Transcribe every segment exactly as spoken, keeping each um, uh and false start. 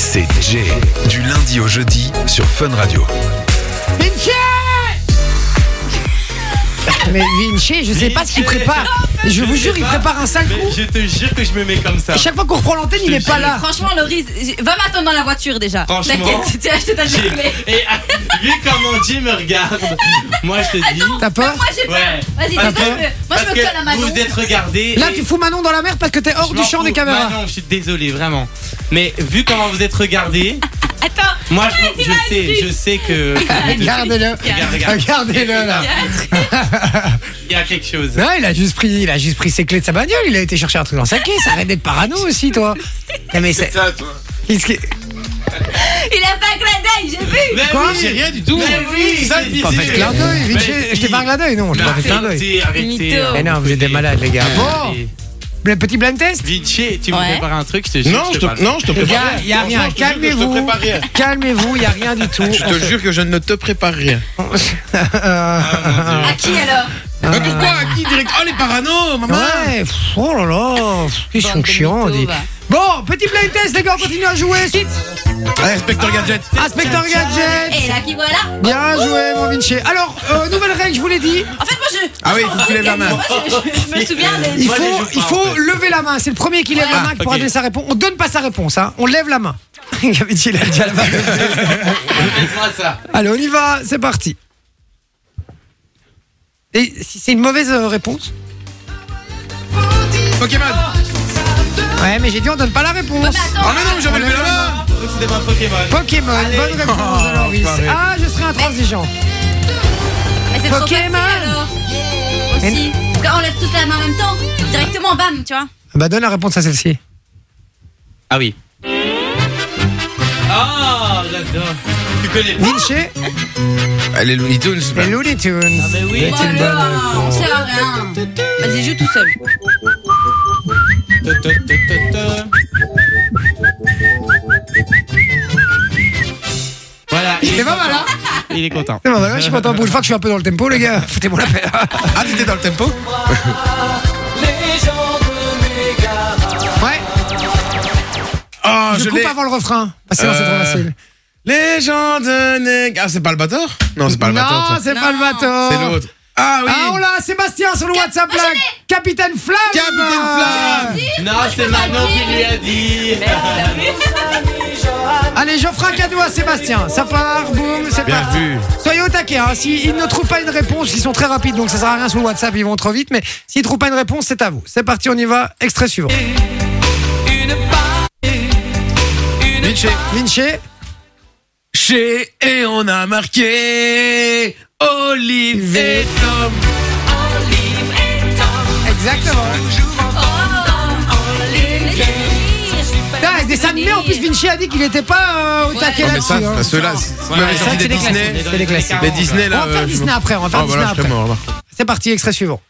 C'est Jay, du lundi au jeudi sur Fun Radio. Vinci! Mais Vinci, je sais pas ce qu'il prépare. Je vous jure, il prépare un sale Mais coup. je te jure que je me mets comme ça. Et chaque fois qu'on reprend l'antenne, il est pas là. Franchement, Loris, va m'attendre dans la voiture déjà. Franchement. T'inquiète, tu as acheté ta J'ai- journée. Et euh, vu comment Jay me regarde, moi je te dis. T'as peur? Moi j'ai peur. Ouais. Vas-y, Parce dis-toi, que- je me, moi parce je me que colle à Manon. Vous êtes regardé. Là, et tu fous Manon dans la mer parce que t'es hors je du m'en champ des fous. caméras. Bah non, je suis désolé, vraiment. Mais vu comment vous êtes regardé, Attends, moi je, je sais, je sais que. Regardez-le. Regarde, regarde. Regardez-le là. Il y a quelque chose. Non, il a juste pris, il a juste pris ses clés de sa bagnole. Il a été chercher un truc dans sa caisse. Arrête d'être parano aussi, toi. Non, mais c'est. ça, toi. Qu'est-ce que- il a fait un clin d'œil, j'ai vu. Mais Quoi? oui, J'ai rien du tout. Mais oui, ça, c'est- c'est Pas fait de clin d'œil, Mais Vinci. si. Je t'ai pas un clin d'œil, non. Je t'ai pas fait de clin d'œil. Arrêtez, arrêtez. Mytho. Mais non, vous êtes des malades, les gars. Bon, le petit blind test. Vinci, tu me Ouais. prépares un truc, je te jure. Non, je te, parle. non, je te Les prépare gars, rien. il y a rien. Franchement, je te jure que Je te Calmez-vous. prépare rien. Calmez-vous, il y a rien du tout. Je te jure que je ne te prépare rien. Euh, À qui alors? Mais pourquoi à qui direct? Oh les parano, maman. Ouais, pff, oh là là, pff, ils sont Bande de chiants. mythos, dis. va. Bon, petit blind test, les gars, on continue à jouer. Allez, Inspecteur Gadget. Inspecteur Gadget. Et là qui voilà. Bien joué, mon Vinci. Alors, euh, nouvelle règle, je vous l'ai dit. En fait, moi je. Ah oui, il faut que tu lèves la main. Moi, je, je- je me souviens des. Il Moi, je faut, joue pas, il en faut fait. lever la main. C'est le premier qui lève la Ah, main qui pourra ok. donner sa réponse. On donne pas sa réponse, hein. On lève la main. Vinci, il a déjà la main. Fais-moi ça. Allez, on y va. C'est parti. Et si c'est une mauvaise euh, réponse. Pokémon. Ouais, mais j'ai dit on donne pas la réponse. Ouais, mais attends, Oh mais non, j'avais levé la main. Donc c'était ma Pokémon. Pokémon, Allez. bonne réponse de Oh, Loris. pareil. Ah, je serai intransigeant. Mais c'est trop facile Pokémon. alors. Aussi. Quand on lève tous la main en même temps, directement bam, tu vois. Bah donne la réponse à celle-ci. Ah oui. Ah, j'adore. Tu connais pas? Vinci, Elle est Looney Tunes. les Looney Tunes. Ah mais oui. C'est une bonne Voilà, réponse. on sert à rien. Vas-y, joue tout seul. Ta, ta, ta, ta, ta. Voilà. il est C'est pas content. mal, hein? Il est content. C'est pas mal, je suis content pour une fois que je suis un peu dans le tempo, les gars. Foutez-moi la paix. Ah, t'étais dans le tempo? Ouais, Oh, je je coupe l'ai. avant le refrain. Parce que sinon, c'est trop Euh, facile. Légende nègre. Ah, c'est pas le batteur? Non, c'est pas le batteur. Non, ça. c'est pas le bateau. C'est l'autre. Ah oui. Ah, on l'a, Sébastien sur le WhatsApp là. Capitaine Flamme. Capitaine Flamme. Non, c'est Manon qui lui a dit. Allez, j'offre un cadeau à Sébastien. Ça part, boum, c'est Bien parti. vu. Soyez au taquet, hein. S'ils ne trouvent pas une réponse, ils sont très rapides, donc ça sert à rien sur le WhatsApp, ils vont trop vite. Mais s'ils ne trouvent pas une réponse, c'est à vous. C'est parti, on y va. Extrait suivant. Vinci. Vinci. Chez et on a marqué Olive et Tom. Exactement. Ah, dessin animé, en plus, Vinci a dit qu'il n'était pas euh, au taquet Non mais là-dessus. ça, hein. ceux-là, si tu Ouais, m'avais c'est sorti vrai que des c'est des Disney, classiques. C'est des classiques. mais Disney On là. va faire euh, je Disney m'en- après, on va faire Oh, Disney voilà, je serais après. mort, là. C'est parti, extrait suivant.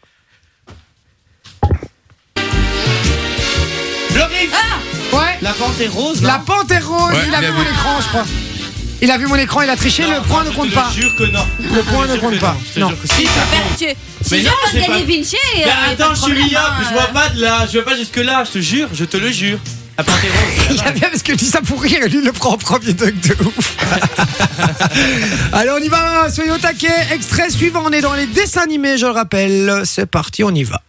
Loris. Ouais. La panthère rose, non? La panthère rose, Ouais, il a bien vu mon vu. écran, je crois. Il a vu mon écran, il a triché, le point ne compte pas. Je te jure que non. Le point ne compte pas. Je te Non. jure que si, ça Faire- compte. tu- Mais Si je non, veux j'ai gagner pas- Vinci, euh, Mais y a pas attends, de je suis problème, Mia, hein, je vois pas de là, je vois pas jusque là, je te jure, je te le jure. La panthère rose. Il y a bien parce que je dis ça pour rire et lui il le prend en premier truc de ouf. Allez, on y va, soyez au taquet. Extrait suivant, on est dans les dessins animés, je le rappelle. C'est parti, on y va.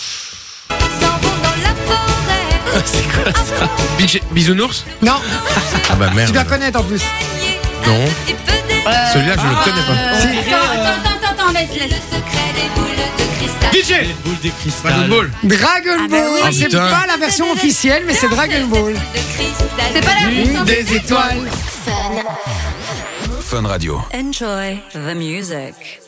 Vinci- Bisounours? Non, Ah bah tu merde. dois connaître en plus. Non. Celui-là, je le connais pas. Attends, attends, attends, attends, laisse, laisse. Vinci. Les boules de cristal. Dragon Ball. Dragon Ah bah Ball, oui. c'est putain. pas la version officielle, mais c'est Dragon Ball. C'est pas la Une des étoiles. Fun Radio. Enjoy the music.